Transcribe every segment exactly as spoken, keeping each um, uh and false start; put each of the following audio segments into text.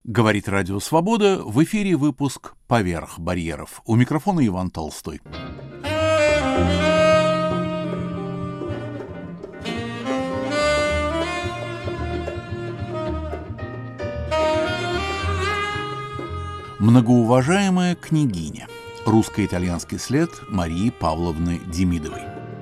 Говорит Радио Свобода, в эфире выпуск «Поверх барьеров». У микрофона Иван Толстой. Многоуважаемая княгиня. Русско-итальянский след Марии Павловны Демидовой.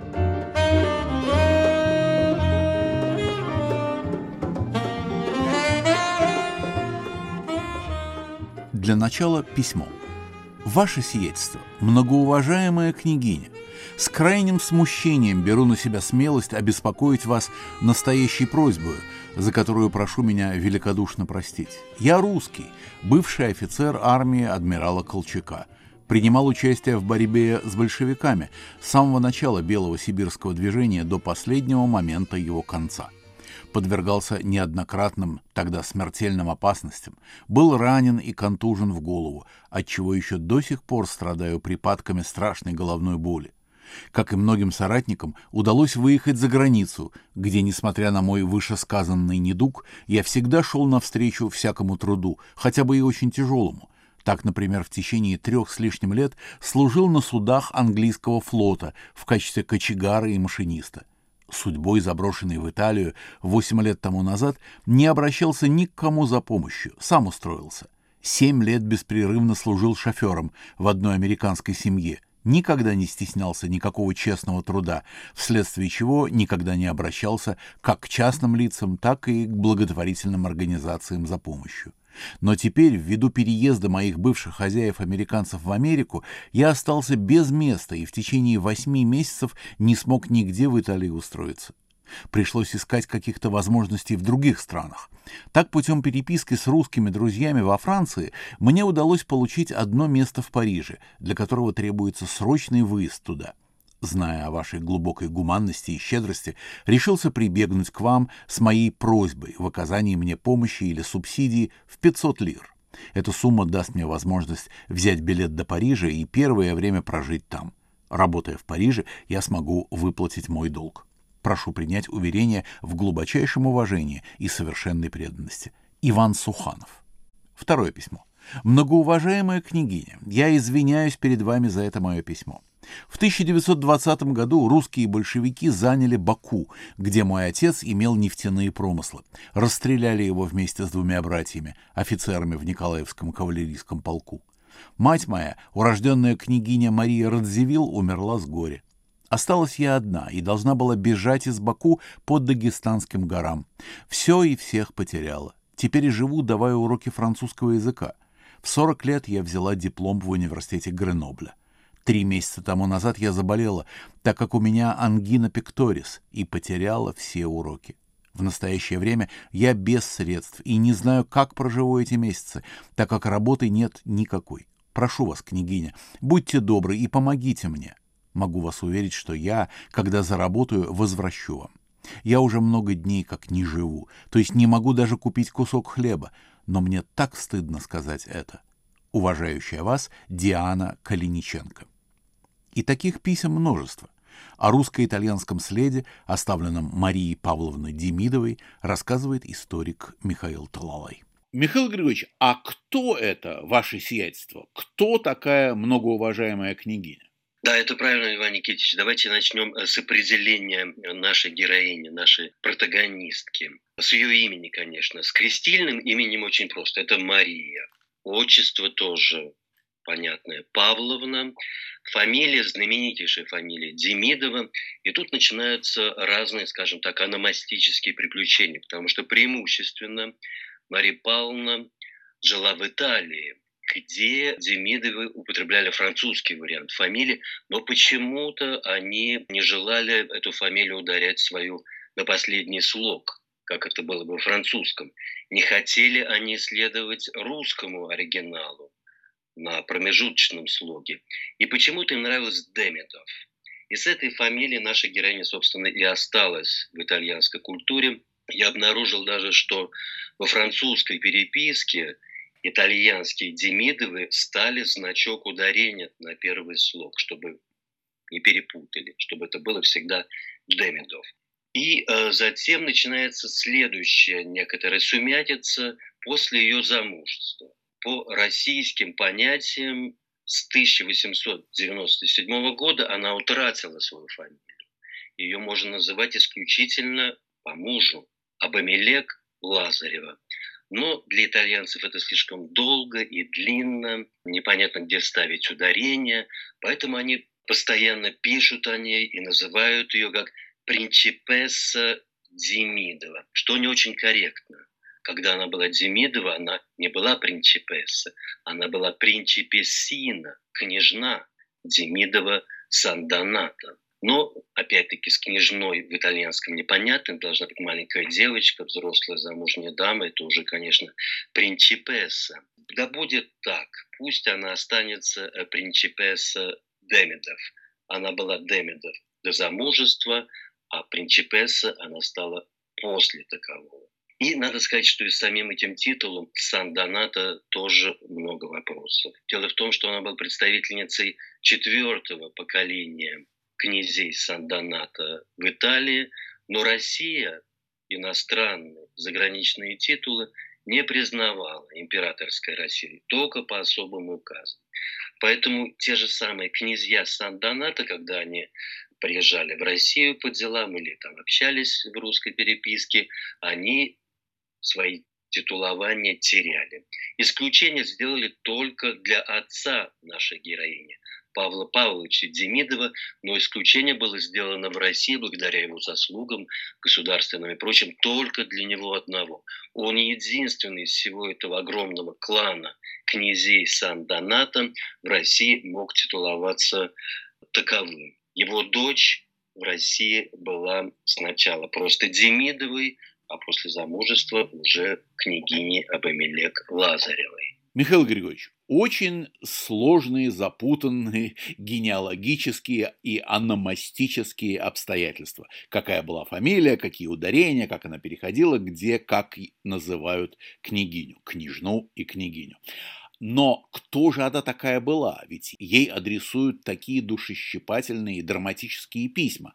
Для начала письмо. Ваше сиятельство, многоуважаемая княгиня, с крайним смущением беру на себя смелость обеспокоить вас настоящей просьбой, за которую прошу меня великодушно простить. Я русский, бывший офицер армии адмирала Колчака. Принимал участие в борьбе с большевиками с самого начала Белого сибирского движения до последнего момента его конца. Подвергался неоднократным, тогда смертельным опасностям, был ранен и контужен в голову, отчего еще до сих пор страдаю припадками страшной головной боли. Как и многим соратникам, удалось выехать за границу, где, несмотря на мой вышесказанный недуг, я всегда шел навстречу всякому труду, хотя бы и очень тяжелому. Так, например, в течение трех с лишним лет служил на судах английского флота в качестве кочегара и машиниста. Судьбой заброшенный в Италию восемь лет тому назад, не обращался ни к кому за помощью, сам устроился. Семь лет беспрерывно служил шофером в одной американской семье, никогда не стеснялся никакого честного труда, вследствие чего никогда не обращался как к частным лицам, так и к благотворительным организациям за помощью. Но теперь, ввиду переезда моих бывших хозяев-американцев в Америку, я остался без места и в течение восьми месяцев не смог нигде в Италии устроиться. Пришлось искать каких-то возможностей в других странах. Так, путем переписки с русскими друзьями во Франции, мне удалось получить одно место в Париже, для которого требуется срочный выезд туда. Зная о вашей глубокой гуманности и щедрости, решился прибегнуть к вам с моей просьбой в оказании мне помощи или субсидии в пятьсот лир. Эта сумма даст мне возможность взять билет до Парижа и первое время прожить там. Работая в Париже, я смогу выплатить мой долг. Прошу принять уверение в глубочайшем уважении и совершенной преданности. Иван Суханов. Второе письмо. Многоуважаемая княгиня, я извиняюсь перед вами за это мое письмо. В тысяча девятьсот двадцатом году русские большевики заняли Баку, где мой отец имел нефтяные промыслы. Расстреляли его вместе с двумя братьями, офицерами в Николаевском кавалерийском полку. Мать моя, урожденная княгиня Мария Радзивилл, умерла с горя. Осталась я одна и должна была бежать из Баку под Дагестанским горам. Все и всех потеряла. Теперь живу, давая уроки французского языка. В сорок лет я взяла диплом в университете Гренобля. Три месяца тому назад я заболела, так как у меня ангина пекторис, и потеряла все уроки. В настоящее время я без средств и не знаю, как проживу эти месяцы, так как работы нет никакой. Прошу вас, княгиня, будьте добры и помогите мне. Могу вас уверить, что я, когда заработаю, возвращу вам. Я уже много дней как не живу, то есть не могу даже купить кусок хлеба, но мне так стыдно сказать это. Уважающая вас Диана Калиниченко. И таких писем множество. О русско-итальянском следе, оставленном Марией Павловной Демидовой, рассказывает историк Михаил Талалай. Михаил Григорьевич, а кто это, ваше сиятельство? Кто такая многоуважаемая княгиня? Да, это правильно, Иван Никитич. Давайте начнем с определения нашей героини, нашей протагонистки. С ее имени, конечно. С крестильным именем очень просто. Это Мария. Отчество тоже понятное. Павловна. Фамилия, знаменитейшая фамилия Демидова. И тут начинаются разные, скажем так, ономастические приключения. Потому что преимущественно Мария Павловна жила в Италии, где Демидовы употребляли французский вариант фамилии, но почему-то они не желали эту фамилию ударять свою на последний слог, как это было бы во французском. Не хотели они следовать русскому оригиналу на промежуточном слоге. И почему-то им нравилось Демидов. И с этой фамилией наша героиня, собственно, и осталась в итальянской культуре. Я обнаружил даже, что во французской переписке итальянские Демидовы стали значок ударения на первый слог, чтобы не перепутали, чтобы это было всегда Демидов. И э, затем начинается следующая некоторая сумятица, после ее замужества. По российским понятиям с тысяча восемьсот девяносто седьмого года она утратила свою фамилию. Ее можно называть исключительно по мужу Абамелек Лазарева. Но для итальянцев это слишком долго и длинно, непонятно, где ставить ударение, поэтому они постоянно пишут о ней и называют ее как принципесса Демидова, что не очень корректно. Когда она была Демидова, она не была принципесса, она была принципессина, княжна Демидова Сан-Доната. Но, опять-таки, с княжной в итальянском непонятно, должна быть маленькая девочка, взрослая замужняя дама, это уже, конечно, принципесса. Да будет так, пусть она останется принципесса Демидов. Она была Демидов до замужества, а принципесса она стала после такового. И надо сказать, что и с самим этим титулом Сан-Доната тоже много вопросов. Дело в том, что она была представительницей четвертого поколения князей Сан-Доната в Италии, но Россия иностранные заграничные титулы не признавала, императорская Россия, только по особым указам. Поэтому те же самые князья Сан-Доната, когда они приезжали в Россию по делам или там общались в русской переписке, они свои титулования теряли. Исключение сделали только для отца нашей героини, Павла Павловича Демидова, но исключение было сделано в России благодаря его заслугам государственным и прочим только для него одного. Он единственный из всего этого огромного клана князей Сан-Доната в России мог титуловаться таковым. Его дочь в России была сначала просто Демидовой, а после замужества уже княгиней Абамелек Лазаревой. Михаил Григорьевич, очень сложные, запутанные генеалогические и ономастические обстоятельства. Какая была фамилия, какие ударения, как она переходила, где, как называют княгиню, княжну и княгиню. Но кто же она такая была? Ведь ей адресуют такие душещипательные и драматические письма.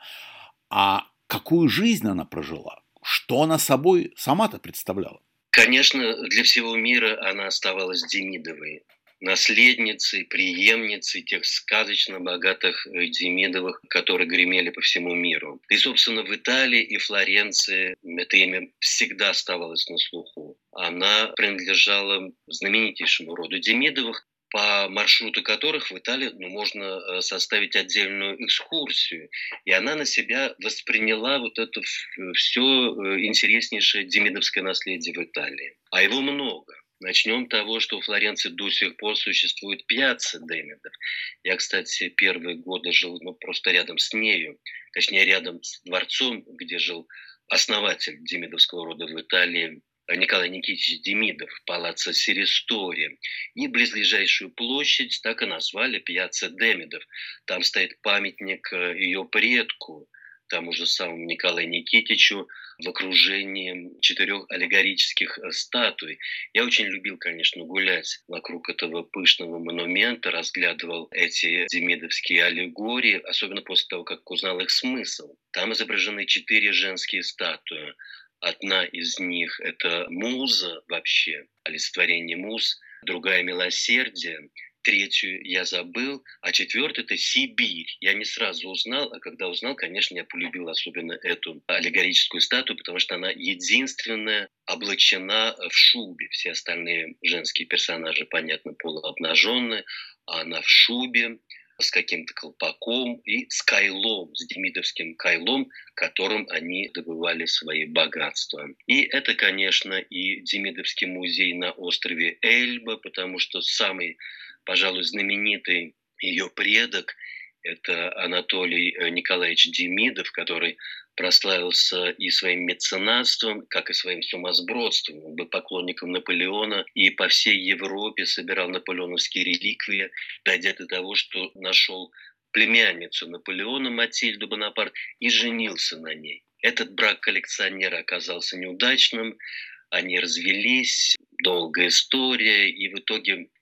А какую жизнь она прожила? Что она собой сама-то представляла? Конечно, для всего мира она оставалась Демидовой, наследницей, преемницей тех сказочно богатых Демидовых, которые гремели по всему миру. И, собственно, в Италии и Флоренции это имя всегда оставалось на слуху. Она принадлежала знаменитейшему роду Демидовых, по маршруту которых в Италии ну, можно составить отдельную экскурсию. И она на себя восприняла вот это все интереснейшее демидовское наследие в Италии. А его много. Начнем с того, что в Флоренции до сих пор существует пьяцца Демидов. Я, кстати, первые годы жил ну, просто рядом с нею, точнее, рядом с дворцом, где жил основатель демидовского рода в Италии, Николай Никитич Демидов, палаццо Серестори. И близлежащую площадь так и назвали пьяцца Демидов. Там стоит памятник ее предку, тому же самому Николаю Никитичу, в окружении четырех аллегорических статуй. Я очень любил, конечно, гулять вокруг этого пышного монумента, разглядывал эти демидовские аллегории, особенно после того, как узнал их смысл. Там изображены четыре женские статуи. Одна из них – это муза вообще, олицетворение муз, другая – милосердие, третью я забыл, а четвертая – это Сибирь. Я не сразу узнал, а когда узнал, конечно, я полюбил особенно эту аллегорическую статую, потому что она единственная облачена в шубе. Все остальные женские персонажи, понятно, полуобнаженные, а она в шубе, с каким-то колпаком и с кайлом, с демидовским кайлом, которым они добывали свои богатства. И это, конечно, и Демидовский музей на острове Эльба, потому что самый, пожалуй, знаменитый ее предок – это Анатолий Николаевич Демидов, который прославился и своим меценатством, как и своим сумасбродством. Он был поклонником Наполеона и по всей Европе собирал наполеоновские реликвии, дойдя до того, что нашел племянницу Наполеона Матильду Бонапарт и женился на ней. Этот брак коллекционера оказался неудачным, они развелись, долгая история, и в итоге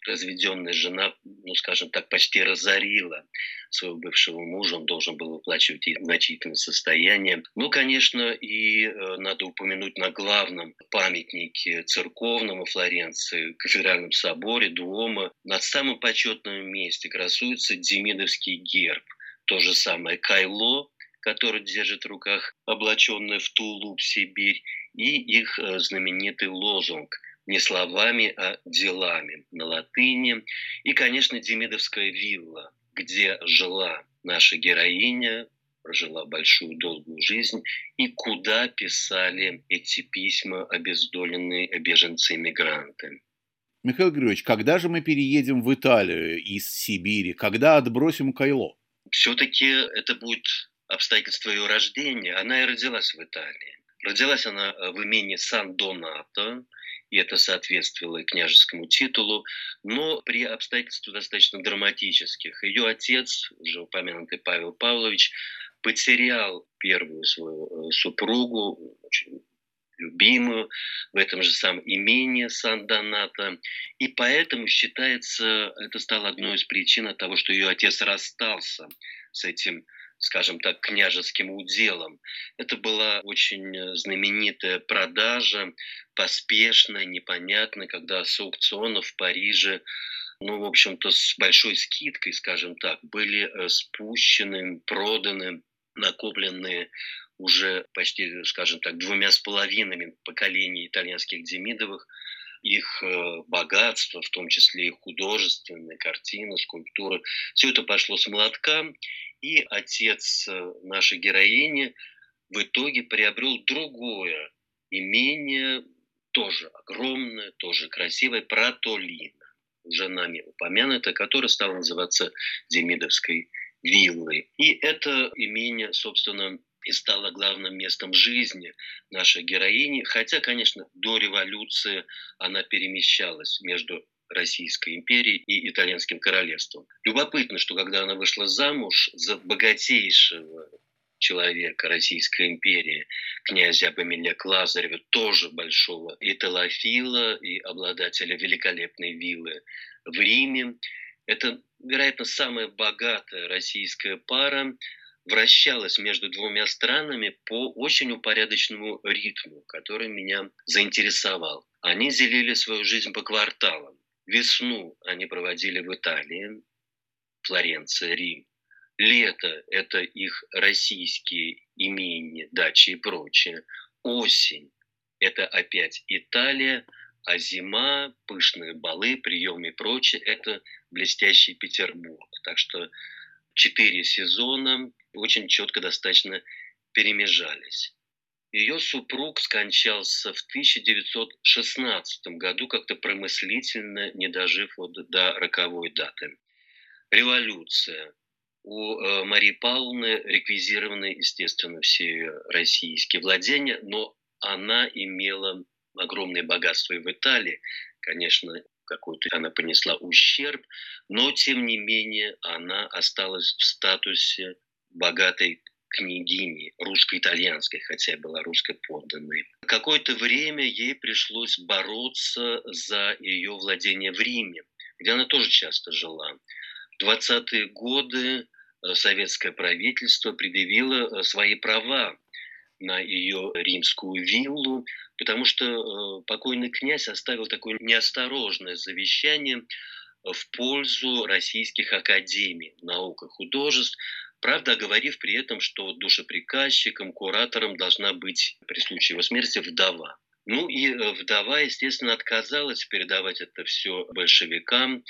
разведенная жена, ну, скажем так, почти разорила своего бывшего мужа, он должен был выплачивать ей значительное состояние. Ну, конечно, и э, надо упомянуть на главном памятнике церковном во Флоренции, кафедральном соборе, Дуомо, на самом почетном месте красуется демидовский герб. То же самое кайло, которое держит в руках облаченная в тулуп Сибирь, и их э, знаменитый лозунг «Не словами, а делами» на латыни. И, конечно, Демидовская вилла, где жила наша героиня, прожила большую долгую жизнь, и куда писали эти письма обездоленные беженцы-мигранты. Михаил Григорьевич, когда же мы переедем в Италию из Сибири? Когда отбросим кайло? Все-таки это будет обстоятельство ее рождения. Она и родилась в Италии. Родилась она в имении Сан-Донато, и это соответствовало княжескому титулу, но при обстоятельствах достаточно драматических. Ее отец, уже упомянутый Павел Павлович, потерял первую свою супругу, очень любимую, в этом же самом имении Сан-Донато. И поэтому считается, это стало одной из причин того, что ее отец расстался с этим, скажем так, княжеским уделом. Это была очень знаменитая продажа, поспешная, непонятная, когда с аукциона в Париже, ну, в общем-то, с большой скидкой, скажем так, были спущены, проданы, накопленные уже почти, скажем так, двумя с половиной поколений итальянских Демидовых, их богатство, в том числе и художественные картины, скульптуры. Все это пошло с молотка, и отец нашей героини в итоге приобрел другое имение, тоже огромное, тоже красивое, Пратолино, уже нами упомянуто, которое стало называться Демидовской виллой. И это имение, собственно, и стало главным местом жизни нашей героини. Хотя, конечно, до революции она перемещалась между Российской империей и Итальянским королевством. Любопытно, что когда она вышла замуж за богатейшего человека Российской империи, князя Абамеляка Лазарева, тоже большого италофила и обладателя великолепной виллы в Риме, это, вероятно, самая богатая российская пара, вращалась между двумя странами по очень упорядоченному ритму, который меня заинтересовал. Они делили свою жизнь по кварталам. Весну они проводили в Италии, Флоренция, Рим. Лето – это их российские имения, дачи и прочее. Осень – это опять Италия, а зима, пышные балы, приемы и прочее – это блестящий Петербург. Так что четыре сезона очень четко достаточно перемежались. Ее супруг скончался в тысяча девятьсот шестнадцатом году, как-то промыслительно, не дожив вот до роковой даты. Революция. У э, Марии Павловны реквизированы, естественно, все ее российские владения, но она имела огромное богатство и в Италии. Конечно, какой-то она понесла ущерб, но, тем не менее, она осталась в статусе богатой княгини, русско-итальянской, хотя и была русско-подданной. Какое-то время ей пришлось бороться за ее владение в Риме, где она тоже часто жила. В двадцатые годы советское правительство предъявило свои права на ее римскую виллу, потому что покойный князь оставил такое неосторожное завещание в пользу российских академий наук и художеств, правда, оговорив при этом, что душеприказчиком, куратором должна быть при случае его смерти вдова. Ну и вдова, естественно, отказалась передавать это все большевикам,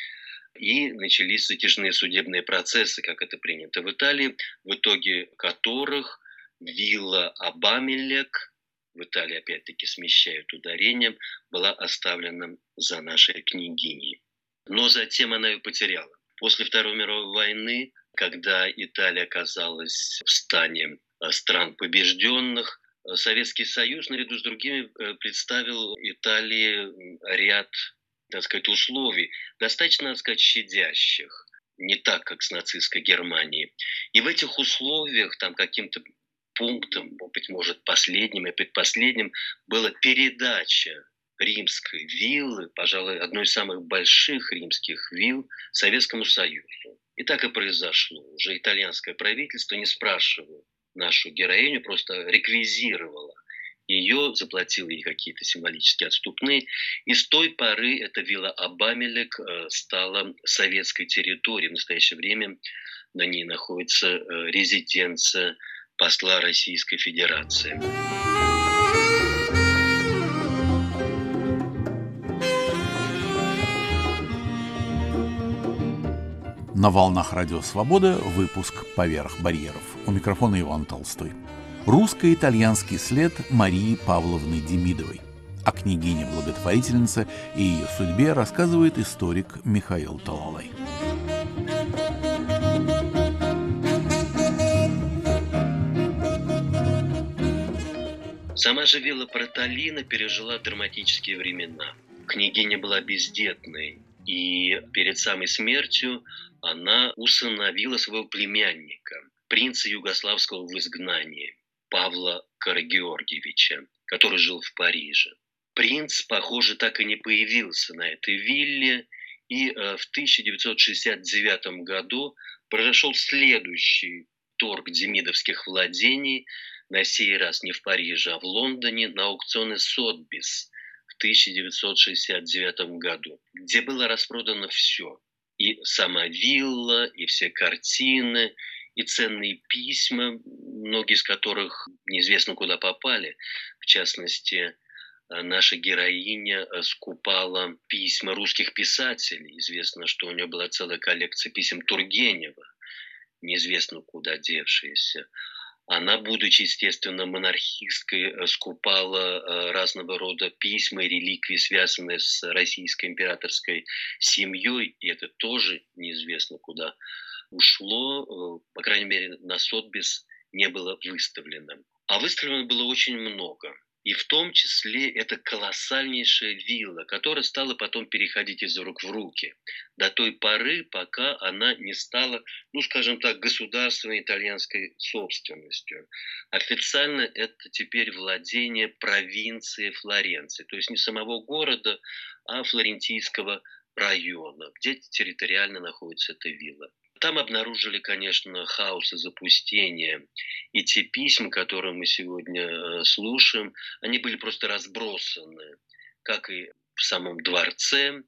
и начались затяжные судебные процессы, как это принято в Италии, в итоге которых вилла Абамелек, в Италии опять-таки смещают ударением, была оставлена за нашей княгиней. Но затем она ее потеряла. После Второй мировой войны, когда Италия оказалась в стане стран побежденных, Советский Союз наряду с другими представил Италии ряд, так сказать, условий, достаточно, так сказать, щадящих, не так, как с нацистской Германией. И в этих условиях там каким-то пунктом, быть может, последним и предпоследним, была передача римской виллы, пожалуй, одной из самых больших римских вилл, Советскому Союзу. И так и произошло. Уже итальянское правительство, не спрашивая нашу героиню, просто реквизировало ее, заплатило ей какие-то символические отступные. И с той поры эта вилла Абамелек стала советской территорией. В настоящее время на ней находится резиденция посла Российской Федерации. На волнах Радио Свобода выпуск «Поверх барьеров». У микрофона Иван Толстой. Русско-итальянский след Марии Павловны Демидовой. О княгине-благотворительнице и ее судьбе рассказывает историк Михаил Талалай. Сама же вилла Пратолина пережила драматические времена. Княгиня была бездетной, и перед самой смертью она усыновила своего племянника, принца югославского в изгнании, Павла Карагеоргиевича, который жил в Париже. Принц, похоже, так и не появился на этой вилле, и в тысяча девятьсот шестьдесят девятом году произошел следующий торг демидовских владений, на сей раз не в Париже, а в Лондоне, на аукционе Сотбис в тысяча девятьсот шестьдесят девятом году, где было распродано все. И сама вилла, и все картины, и ценные письма, многие из которых неизвестно куда попали. В частности, наша героиня скупала письма русских писателей. Известно, что у нее была целая коллекция писем Тургенева, неизвестно куда девшиеся. Она, будучи, естественно, монархисткой, скупала разного рода письма и реликвии, связанные с российской императорской семьей, и это тоже неизвестно куда ушло, по крайней мере, на Сотбис не было выставлено. А выставлено было очень много. И в том числе это колоссальнейшая вилла, которая стала потом переходить из рук в руки. До той поры, пока она не стала, ну, скажем так, государственной итальянской собственностью. Официально это теперь владение провинции Флоренции. То есть не самого города, а флорентийского района, где территориально находится эта вилла. Там обнаружили, конечно, хаос и запустение. И те письма, которые мы сегодня слушаем, они были просто разбросаны, как и в самом дворце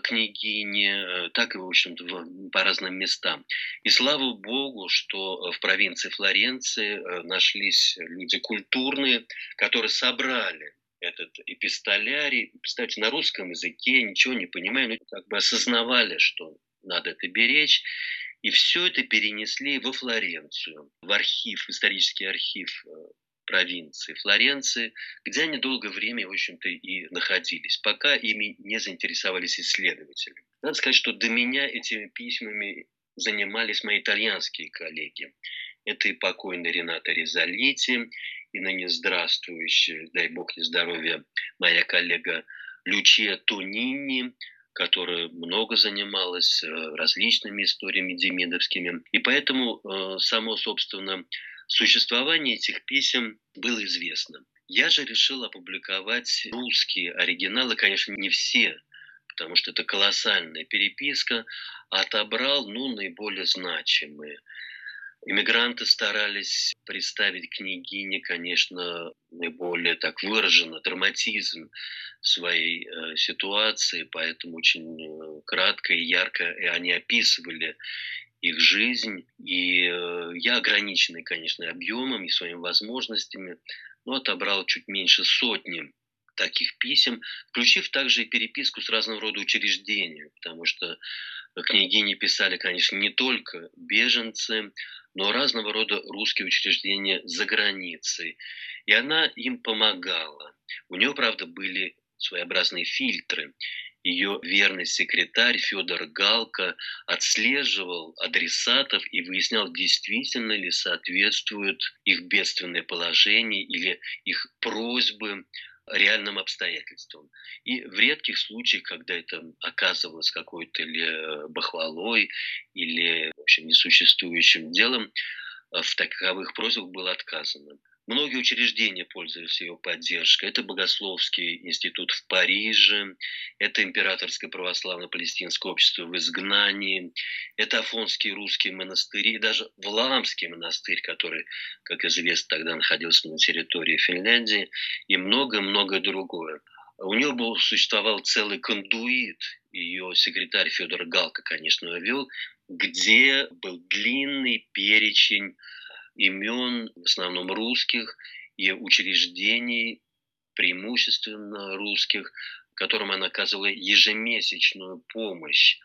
княгини, так и, в общем-то, по разным местам. И слава богу, что в провинции Флоренции нашлись люди культурные, которые собрали этот эпистолярий, кстати, на русском языке, ничего не понимая, но как бы осознавали, что надо это беречь. И все это перенесли во Флоренцию, в архив, исторический архив провинции Флоренции, где они долгое время, в общем-то, и находились, пока ими не заинтересовались исследователи. Надо сказать, что до меня этими письмами занимались мои итальянские коллеги. Это и покойный Ренато Ризалити, и ныне здравствующая, дай бог ей здоровья, моя коллега Лючия Тонини, которая много занималась различными историями демидовскими. И поэтому э, само, собственно, существование этих писем было известно. Я же решил опубликовать русские оригиналы, конечно, не все, потому что это колоссальная переписка, отобрал, ну, наиболее значимые. Иммигранты старались представить княгине, конечно, наиболее так выраженно драматизм своей э, ситуации, поэтому очень э, кратко и ярко и они описывали их жизнь. И э, я, ограниченный, конечно, объемом и своими возможностями, но отобрал чуть меньше сотни таких писем, включив также и переписку с разного рода учреждениями, потому что княгини писали, конечно, не только беженцы, но разного рода русские учреждения за границей. И она им помогала. У нее, правда, были своеобразные фильтры. Ее верный секретарь Федор Галка отслеживал адресатов и выяснял, действительно ли соответствуют их бедственное положение или их просьбы реальным обстоятельствам. И в редких случаях, когда это оказывалось какой-то или бахвалой, или, в общем, несуществующим делом, в таковых просьбах было отказано. Многие учреждения пользовались ее поддержкой. Это Богословский институт в Париже, это Императорское православно-палестинское общество в изгнании, это Афонские русские монастыри, и даже Валаамский монастырь, который, как известно, тогда находился на территории Финляндии, и многое-многое другое. У нее был, существовал целый кондуит, ее секретарь Федор Галка, конечно, ее вел, где был длинный перечень имен, в основном русских, и учреждений, преимущественно русских, которым она оказывала ежемесячную помощь.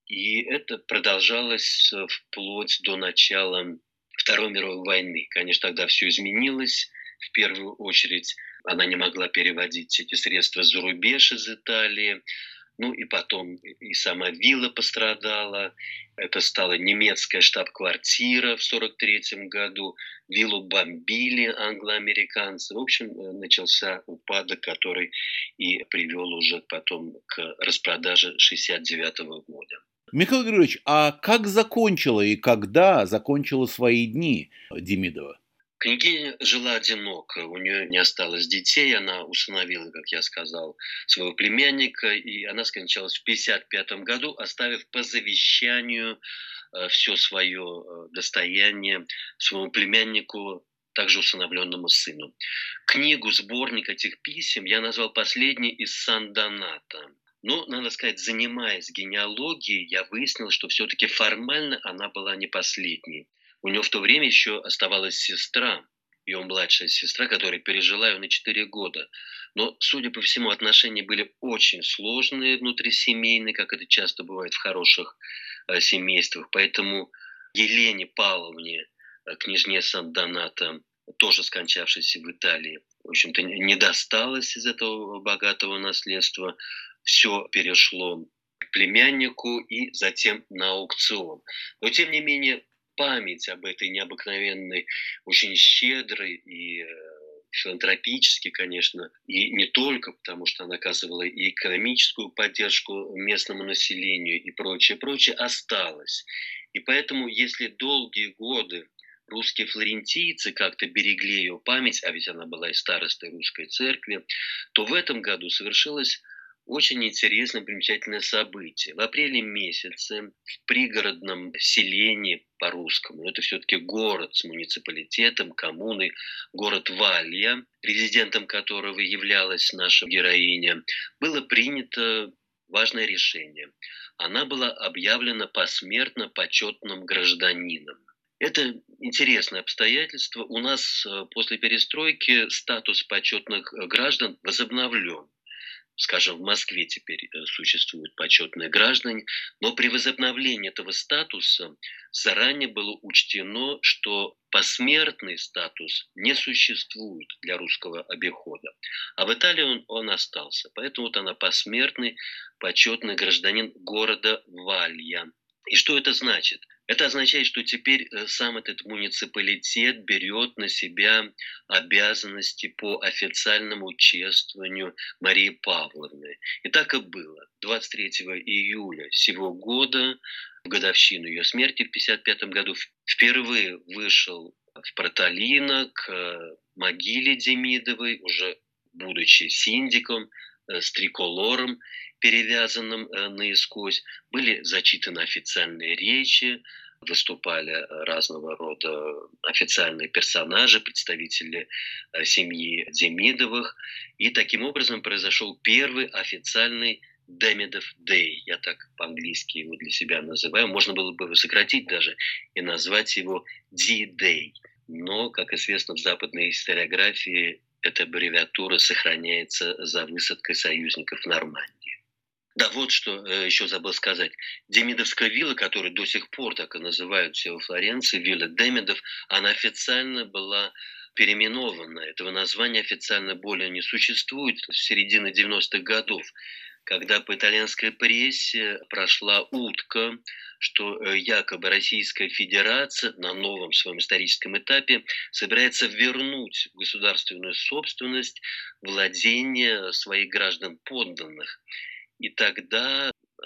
И это продолжалось вплоть до начала Второй мировой войны. Конечно, тогда все изменилось. В первую очередь она не могла переводить эти средства за рубеж из Италии. Ну и потом и сама вилла пострадала. Это стала немецкая штаб-квартира в сорок третьем году. Виллу бомбили англо-американцы. В общем, начался упадок, который и привел уже потом к распродаже шестьдесят девятого года. Михаил Григорьевич, а как закончила и когда закончила свои дни Демидова? Княгиня жила одиноко, у нее не осталось детей, она усыновила, как я сказал, своего племянника, и она скончалась в пятьдесят пятом году, оставив по завещанию э, все свое э, достояние своему племяннику, также усыновленному сыну. Книгу, сборник этих писем я назвал последней из Сан-Доната. Но, надо сказать, занимаясь генеалогией, я выяснил, что все-таки формально она была не последней. У него в то время еще оставалась сестра, ее младшая сестра, которая пережила ее на четыре года. Но, судя по всему, отношения были очень сложные внутрисемейные, как это часто бывает в хороших э, семействах. Поэтому Елене Павловне, э, княжне Сан-Доната, тоже скончавшейся в Италии, в общем-то, не досталось из этого богатого наследства. Все перешло к племяннику и затем на аукцион. Но, тем не менее, память об этой необыкновенной, очень щедрой и филантропически, конечно, и не только, потому что она оказывала и экономическую поддержку местному населению и прочее, прочее, осталась. И поэтому, если долгие годы русские флорентийцы как-то берегли ее память, а ведь она была и старостой русской церкви, то в этом году совершилось очень интересное, примечательное событие. В апреле месяце в пригородном селении по-русскому, это все-таки город с муниципалитетом, коммуной, город Валья, резидентом которого являлась наша героиня, было принято важное решение. Она была объявлена посмертно почетным гражданином. Это интересное обстоятельство. У нас после перестройки статус почетных граждан возобновлен. Скажем, в Москве теперь существуют почетные граждане, но при возобновлении этого статуса заранее было учтено, что посмертный статус не существует для русского обихода. А в Италии он, он остался. Поэтому вот она посмертный почетный гражданин города Валья. И что это значит? Это означает, что теперь сам этот муниципалитет берет на себя обязанности по официальному чествованию Марии Павловны. И так и было. двадцать третьего июля сего года, в годовщину ее смерти в пятьдесят пятом году, впервые вышел в Проталино к могиле Демидовой, уже будучи синдиком, с триколором, перевязанным наискось. Были зачитаны официальные речи, выступали разного рода официальные персонажи, представители семьи Демидовых. И таким образом произошел первый официальный Демидов Дэй. Я так по-английски его для себя называю. Можно было бы его сократить даже и назвать его D-Day. Но, как известно, в западной историографии эта аббревиатура сохраняется за высадкой союзников в Нормандии. Да, вот что э, еще забыл сказать. Демидовская вилла, которую до сих пор так и называют все во Флоренции, вилла Демидов, она официально была переименована. Этого названия официально более не существует с середины девяностых годов, когда по итальянской прессе прошла утка, что якобы Российская Федерация на новом своем историческом этапе собирается вернуть в государственную собственность владения своих граждан-подданных. И тогда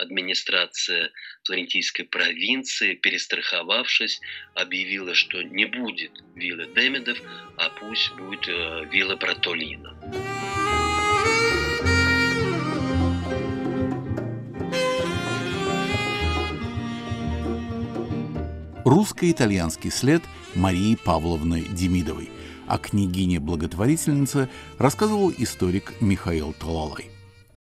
администрация флорентийской провинции, перестраховавшись, объявила, что не будет виллы Демидов, а пусть будет э, вилла Братолино. Русско-итальянский след Марии Павловны Демидовой. О княгине-благотворительнице рассказывал историк Михаил Талалай.